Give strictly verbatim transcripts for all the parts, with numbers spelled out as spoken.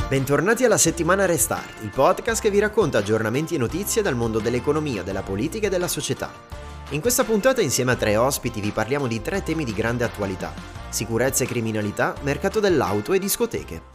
Bentornati alla settimana Restart, il podcast che vi racconta aggiornamenti e notizie dal mondo dell'economia, della politica e della società. In questa puntata insieme a tre ospiti vi parliamo di tre temi di grande attualità: sicurezza e criminalità, mercato dell'auto e discoteche.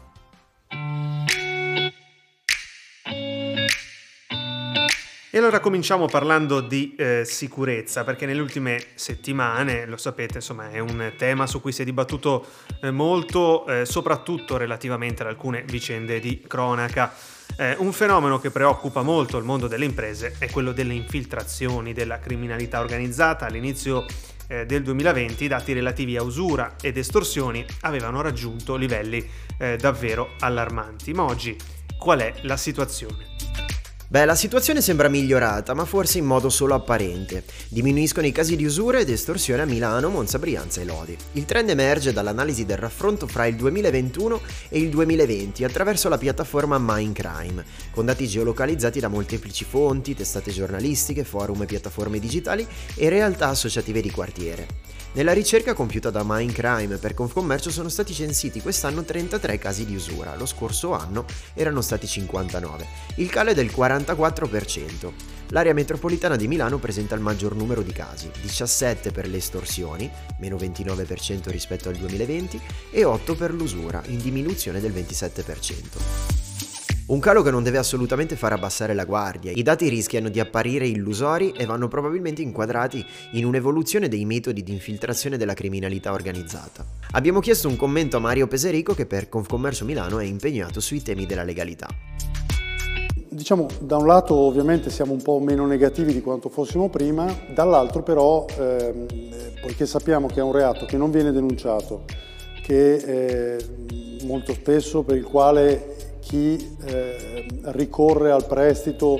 E allora cominciamo parlando di eh, sicurezza, perché nelle ultime settimane, lo sapete, insomma, è un tema su cui si è dibattuto eh, molto, eh, soprattutto relativamente ad alcune vicende di cronaca. Eh, un fenomeno che preoccupa molto il mondo delle imprese è quello delle infiltrazioni della criminalità organizzata. All'inizio eh, del duemilaventi i dati relativi a usura ed estorsioni avevano raggiunto livelli eh, davvero allarmanti. Ma oggi qual è la situazione? Beh, la situazione sembra migliorata, ma forse in modo solo apparente. Diminuiscono i casi di usura ed estorsione a Milano, Monza, Brianza e Lodi. Il trend emerge dall'analisi del raffronto fra il duemilaventuno e il duemilaventi attraverso la piattaforma Mindcrime, con dati geolocalizzati da molteplici fonti, testate giornalistiche, forum e piattaforme digitali e realtà associative di quartiere. Nella ricerca compiuta da Mindcrime per Confcommercio sono stati censiti quest'anno trentatré casi di usura, lo scorso anno erano stati cinquantanove. Il calo è del quarantaquattro per cento. L'area metropolitana di Milano presenta il maggior numero di casi, diciassette per le estorsioni, meno ventinove per cento rispetto al duemilaventi, e otto per l'usura, in diminuzione del ventisette per cento. Un calo che non deve assolutamente far abbassare la guardia. I dati rischiano di apparire illusori e vanno probabilmente inquadrati in un'evoluzione dei metodi di infiltrazione della criminalità organizzata. Abbiamo chiesto un commento a Mario Peserico, che per Confcommercio Milano è impegnato sui temi della legalità. Diciamo, da un lato ovviamente siamo un po' meno negativi di quanto fossimo prima, dall'altro però, ehm, poiché sappiamo che è un reato che non viene denunciato, che eh, molto spesso per il quale chi eh, ricorre al prestito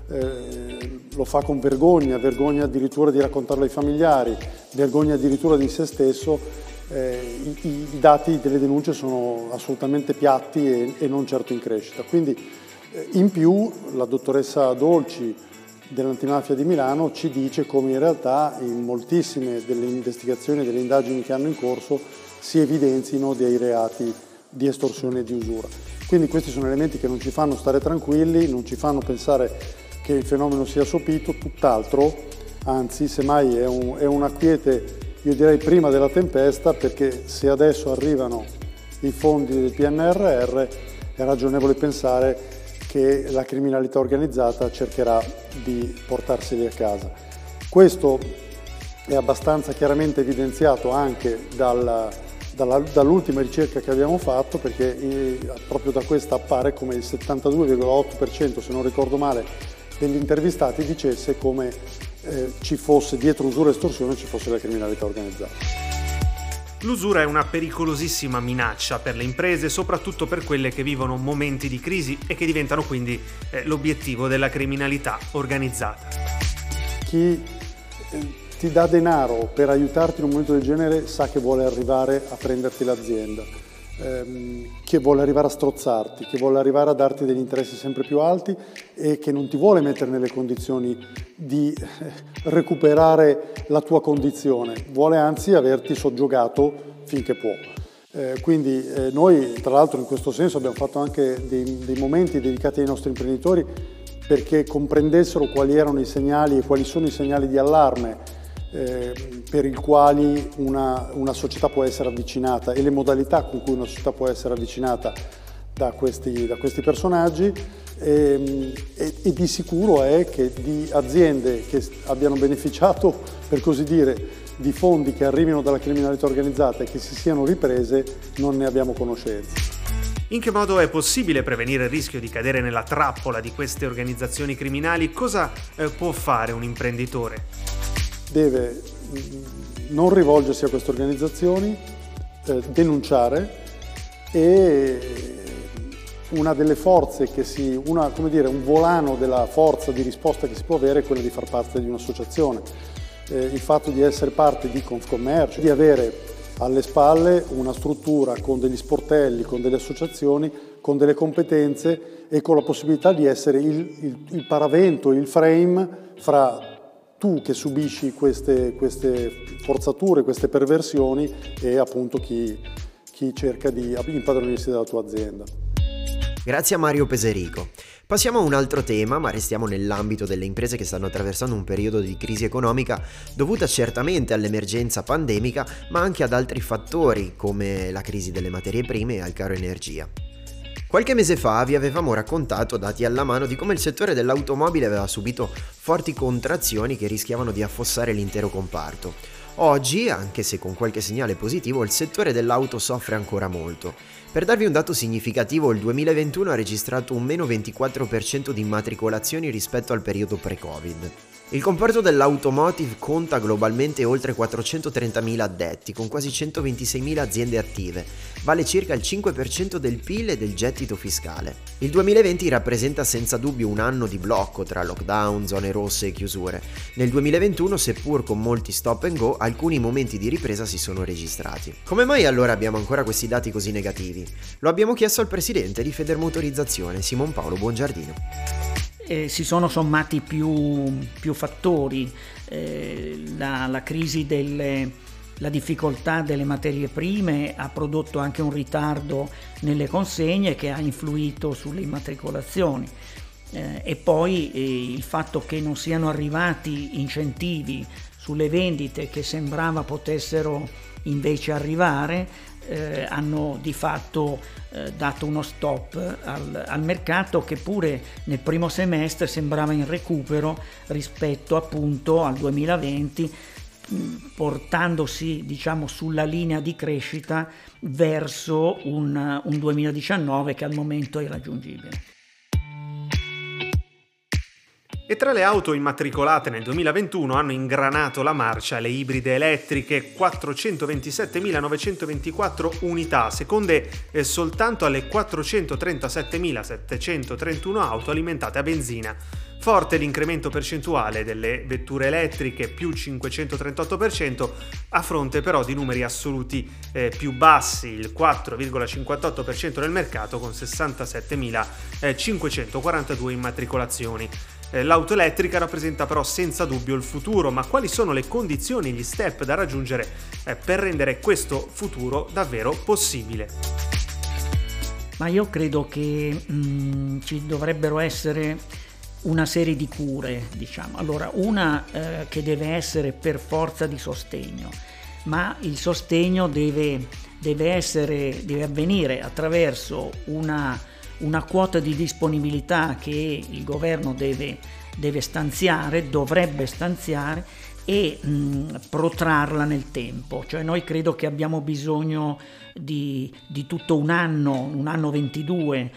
eh, lo fa con vergogna, vergogna addirittura di raccontarlo ai familiari, vergogna addirittura di se stesso, eh, i, i dati delle denunce sono assolutamente piatti e, e non certo in crescita. Quindi eh, in più la dottoressa Dolci dell'Antimafia di Milano ci dice come in realtà in moltissime delle investigazioni e delle indagini che hanno in corso si evidenzino dei reati di estorsione e di usura. Quindi questi sono elementi che non ci fanno stare tranquilli, non ci fanno pensare che il fenomeno sia sopito, tutt'altro, anzi semmai è, un, è una quiete, io direi prima della tempesta, perché se adesso arrivano i fondi del P N R R è ragionevole pensare che la criminalità organizzata cercherà di portarseli a casa. Questo è abbastanza chiaramente evidenziato anche dal dall'ultima ricerca che abbiamo fatto, perché eh, proprio da questa appare come il settantadue virgola otto per cento, se non ricordo male, degli intervistati dicesse come eh, ci fosse dietro usura e estorsione ci fosse la criminalità organizzata. L'usura è una pericolosissima minaccia per le imprese, soprattutto per quelle che vivono momenti di crisi e che diventano quindi eh, l'obiettivo della criminalità organizzata. Chi eh, ti dà denaro per aiutarti in un momento del genere sa che vuole arrivare a prenderti l'azienda, ehm, che vuole arrivare a strozzarti, che vuole arrivare a darti degli interessi sempre più alti e che non ti vuole mettere nelle condizioni di eh, recuperare la tua condizione, vuole anzi averti soggiogato finché può. Eh, quindi eh, noi tra l'altro in questo senso abbiamo fatto anche dei, dei momenti dedicati ai nostri imprenditori perché comprendessero quali erano i segnali e quali sono i segnali di allarme Eh, per i quali una, una società può essere avvicinata e le modalità con cui una società può essere avvicinata da questi, da questi personaggi e, e, e di sicuro è che di aziende che abbiano beneficiato, per così dire, di fondi che arrivino dalla criminalità organizzata e che si siano riprese non ne abbiamo conoscenza. In che modo è possibile prevenire il rischio di cadere nella trappola di queste organizzazioni criminali? Cosa eh, può fare un imprenditore? Deve non rivolgersi a queste organizzazioni, eh, denunciare e una delle forze che si, una, come dire, un volano della forza di risposta che si può avere è quella di far parte di un'associazione. Eh, il fatto di essere parte di Confcommercio, di avere alle spalle una struttura con degli sportelli, con delle associazioni, con delle competenze e con la possibilità di essere il, il, il paravento, il frame fra tu che subisci queste, queste forzature, queste perversioni e appunto chi, chi cerca di impadronirsi della tua azienda. Grazie a Mario Peserico. Passiamo a un altro tema, ma restiamo nell'ambito delle imprese che stanno attraversando un periodo di crisi economica dovuta certamente all'emergenza pandemica, ma anche ad altri fattori come la crisi delle materie prime e al caro energia. Qualche mese fa vi avevamo raccontato, dati alla mano, di come il settore dell'automobile aveva subito forti contrazioni che rischiavano di affossare l'intero comparto. Oggi, anche se con qualche segnale positivo, il settore dell'auto soffre ancora molto. Per darvi un dato significativo, il duemilaventuno ha registrato un meno ventiquattro per cento di immatricolazioni rispetto al periodo pre-Covid. Il comparto dell'automotive conta globalmente oltre quattrocentotrentamila addetti, con quasi centoventiseimila aziende attive, vale circa il cinque per cento del P I L e del gettito fiscale. Il duemilaventi rappresenta senza dubbio un anno di blocco tra lockdown, zone rosse e chiusure. Nel duemilaventuno, seppur con molti stop and go, alcuni momenti di ripresa si sono registrati. Come mai allora abbiamo ancora questi dati così negativi? Lo abbiamo chiesto al presidente di Federmotorizzazione, Simon Paolo Buongiardino. Eh, si sono sommati più, più fattori, eh, la, la crisi delle, la difficoltà delle materie prime ha prodotto anche un ritardo nelle consegne che ha influito sulle immatricolazioni, eh, e poi eh, il fatto che non siano arrivati incentivi sulle vendite che sembrava potessero invece arrivare, Eh, hanno di fatto eh, dato uno stop al, al mercato, che pure nel primo semestre sembrava in recupero rispetto appunto al duemilaventi, mh, portandosi diciamo sulla linea di crescita verso un, un duemiladiciannove che al momento è irraggiungibile. E tra le auto immatricolate nel duemilaventuno hanno ingranato la marcia le ibride elettriche, quattrocentoventisettemilanovecentroventiquattro unità, seconde eh, soltanto alle quattrocentotrentasette settemila settecentotrentuno auto alimentate a benzina. Forte l'incremento percentuale delle vetture elettriche, più cinquecentotrentotto per cento, a fronte però di numeri assoluti eh, più bassi, il quattro virgola cinquantotto per cento del mercato con sessantasettemilacinquecentoquarantadue immatricolazioni. L'auto elettrica rappresenta però senza dubbio il futuro, ma quali sono le condizioni, gli step da raggiungere per rendere questo futuro davvero possibile? Ma io credo che mh, ci dovrebbero essere una serie di cure, diciamo. Allora, una eh, che deve essere per forza di sostegno, ma il sostegno deve, deve essere, deve avvenire attraverso una una quota di disponibilità che il governo deve, deve stanziare, dovrebbe stanziare e mh, protrarla nel tempo. Cioè noi credo che abbiamo bisogno di, di tutto un anno, un anno ventidue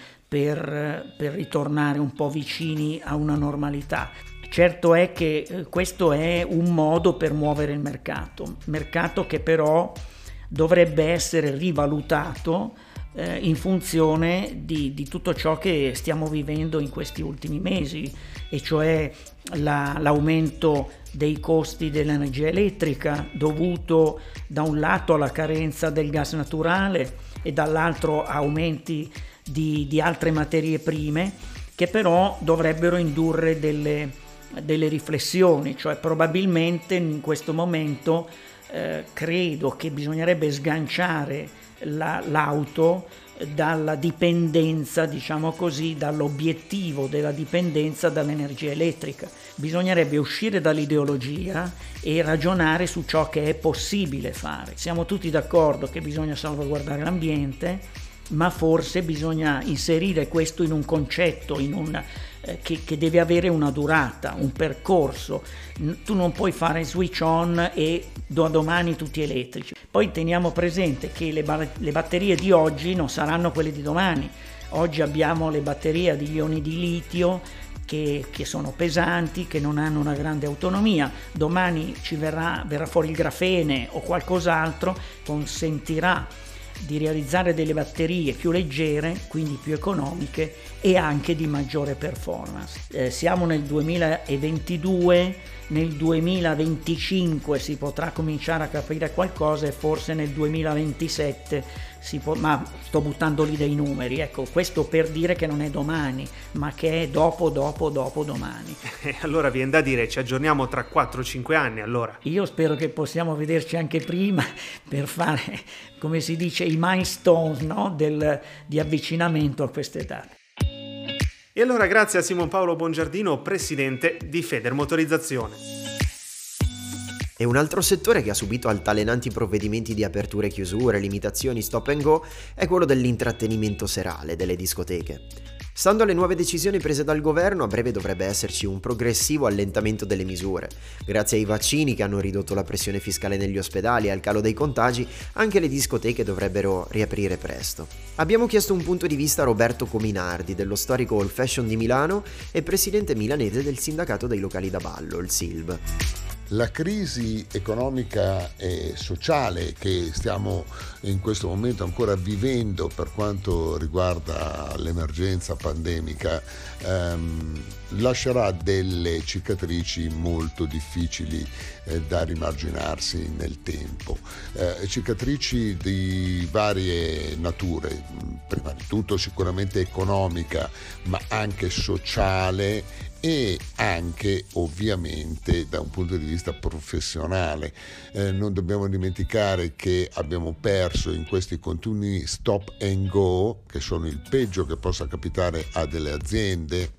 per, per ritornare un po' vicini a una normalità. Certo è che eh, questo è un modo per muovere il mercato, mercato che però dovrebbe essere rivalutato Eh, in funzione di, di tutto ciò che stiamo vivendo in questi ultimi mesi, e cioè la, l'aumento dei costi dell'energia elettrica dovuto da un lato alla carenza del gas naturale e dall'altro a aumenti di, di altre materie prime che però dovrebbero indurre delle, delle riflessioni, cioè probabilmente in questo momento eh, credo che bisognerebbe sganciare La, l'auto dalla dipendenza, diciamo così, dall'obiettivo della dipendenza dall'energia elettrica. Bisognerebbe uscire dall'ideologia e ragionare su ciò che è possibile fare. Siamo tutti d'accordo che bisogna salvaguardare l'ambiente, ma forse bisogna inserire questo in un concetto, in un, eh, che, che deve avere una durata, un percorso. Tu non puoi fare switch on e da domani tutti elettrici. Poi teniamo presente che le, ba- le batterie di oggi non saranno quelle di domani. Oggi abbiamo le batterie di ioni di litio che, che sono pesanti, che non hanno una grande autonomia. Domani ci verrà, verrà fuori il grafene o qualcos'altro, consentirà di realizzare delle batterie più leggere, quindi più economiche e anche di maggiore performance. Eh, siamo nel duemilaventidue, nel duemilaventicinque si potrà cominciare a capire qualcosa e forse nel duemilaventisette si può, ma sto buttando lì dei numeri, ecco, questo per dire che non è domani, ma che è dopo, dopo, dopo domani. E allora viene da dire, ci aggiorniamo tra quattro cinque anni allora. Io spero che possiamo vederci anche prima per fare, come si dice, i milestones, no? Del, di avvicinamento a queste date. E allora grazie a Simon Paolo Bongiardino, presidente di Federmotorizzazione. E un altro settore che ha subito altalenanti provvedimenti di aperture e chiusure, limitazioni, stop and go, è quello dell'intrattenimento serale, delle discoteche. Stando alle nuove decisioni prese dal governo, a breve dovrebbe esserci un progressivo allentamento delle misure. Grazie ai vaccini che hanno ridotto la pressione fiscale negli ospedali e al calo dei contagi, anche le discoteche dovrebbero riaprire presto. Abbiamo chiesto un punto di vista a Roberto Cominardi, dello storico Old Fashion di Milano e presidente milanese del sindacato dei locali da ballo, il S I L B. La crisi economica e sociale che stiamo in questo momento ancora vivendo per quanto riguarda l'emergenza pandemica ehm, lascerà delle cicatrici molto difficili eh, da rimarginarsi nel tempo. Eh, cicatrici di varie nature, prima di tutto sicuramente economica, ma anche sociale e anche ovviamente da un punto di vista professionale. Eh, non dobbiamo dimenticare che abbiamo perso in questi continui stop and go, che sono il peggio che possa capitare a delle aziende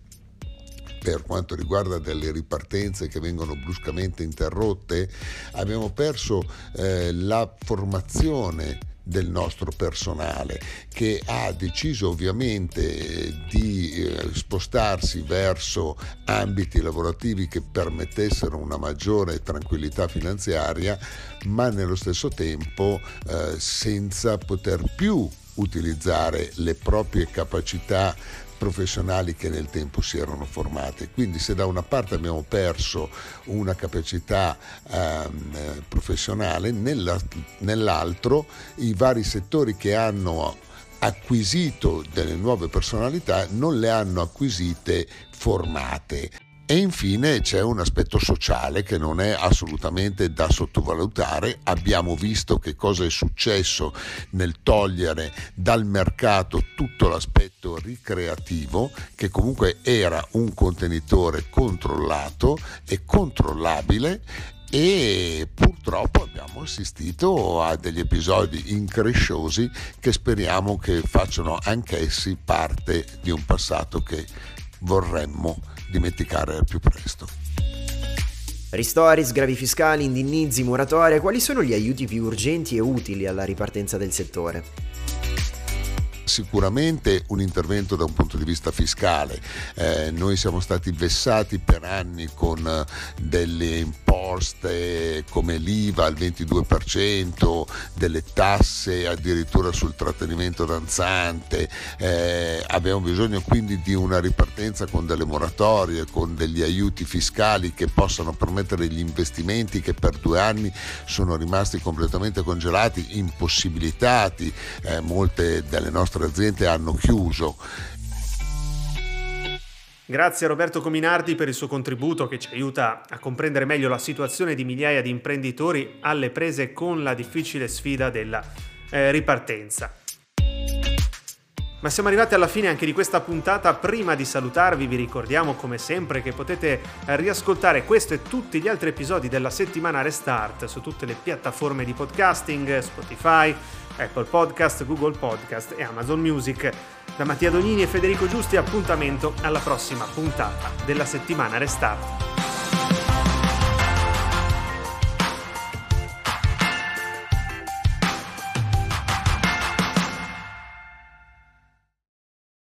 per quanto riguarda delle ripartenze che vengono bruscamente interrotte. Abbiamo perso eh, la formazione del nostro personale, che ha deciso ovviamente di eh, spostarsi verso ambiti lavorativi che permettessero una maggiore tranquillità finanziaria, ma nello stesso tempo eh, senza poter più utilizzare le proprie capacità professionali che nel tempo si erano formate. Quindi se da una parte abbiamo perso una capacità ehm, professionale, nella, nell'altro i vari settori che hanno acquisito delle nuove personalità non le hanno acquisite formate. E infine c'è un aspetto sociale che non è assolutamente da sottovalutare. Abbiamo visto che cosa è successo nel togliere dal mercato tutto l'aspetto ricreativo, che comunque era un contenitore controllato e controllabile, e purtroppo abbiamo assistito a degli episodi incresciosi che speriamo che facciano anch'essi parte di un passato che vorremmo dimenticare al più presto. Ristori, sgravi fiscali, indennizzi, moratorie, quali sono gli aiuti più urgenti e utili alla ripartenza del settore? Sicuramente un intervento da un punto di vista fiscale. Eh, noi siamo stati vessati per anni con delle imposte come l'I V A al ventidue per cento, delle tasse addirittura sul trattenimento danzante. Eh, abbiamo bisogno quindi di una ripartenza con delle moratorie, con degli aiuti fiscali che possano permettere gli investimenti che per due anni sono rimasti completamente congelati, impossibilitati. Eh, molte delle nostre aziende hanno chiuso. Grazie a Roberto Cominardi per il suo contributo che ci aiuta a comprendere meglio la situazione di migliaia di imprenditori alle prese con la difficile sfida della eh, ripartenza. Ma siamo arrivati alla fine anche di questa puntata. Prima di salutarvi vi ricordiamo come sempre che potete riascoltare questo e tutti gli altri episodi della settimana Restart su tutte le piattaforme di podcasting, Spotify, Apple Podcast, Google Podcast e Amazon Music. Da Mattia Dognini e Federico Giusti, appuntamento alla prossima puntata della settimana Restart.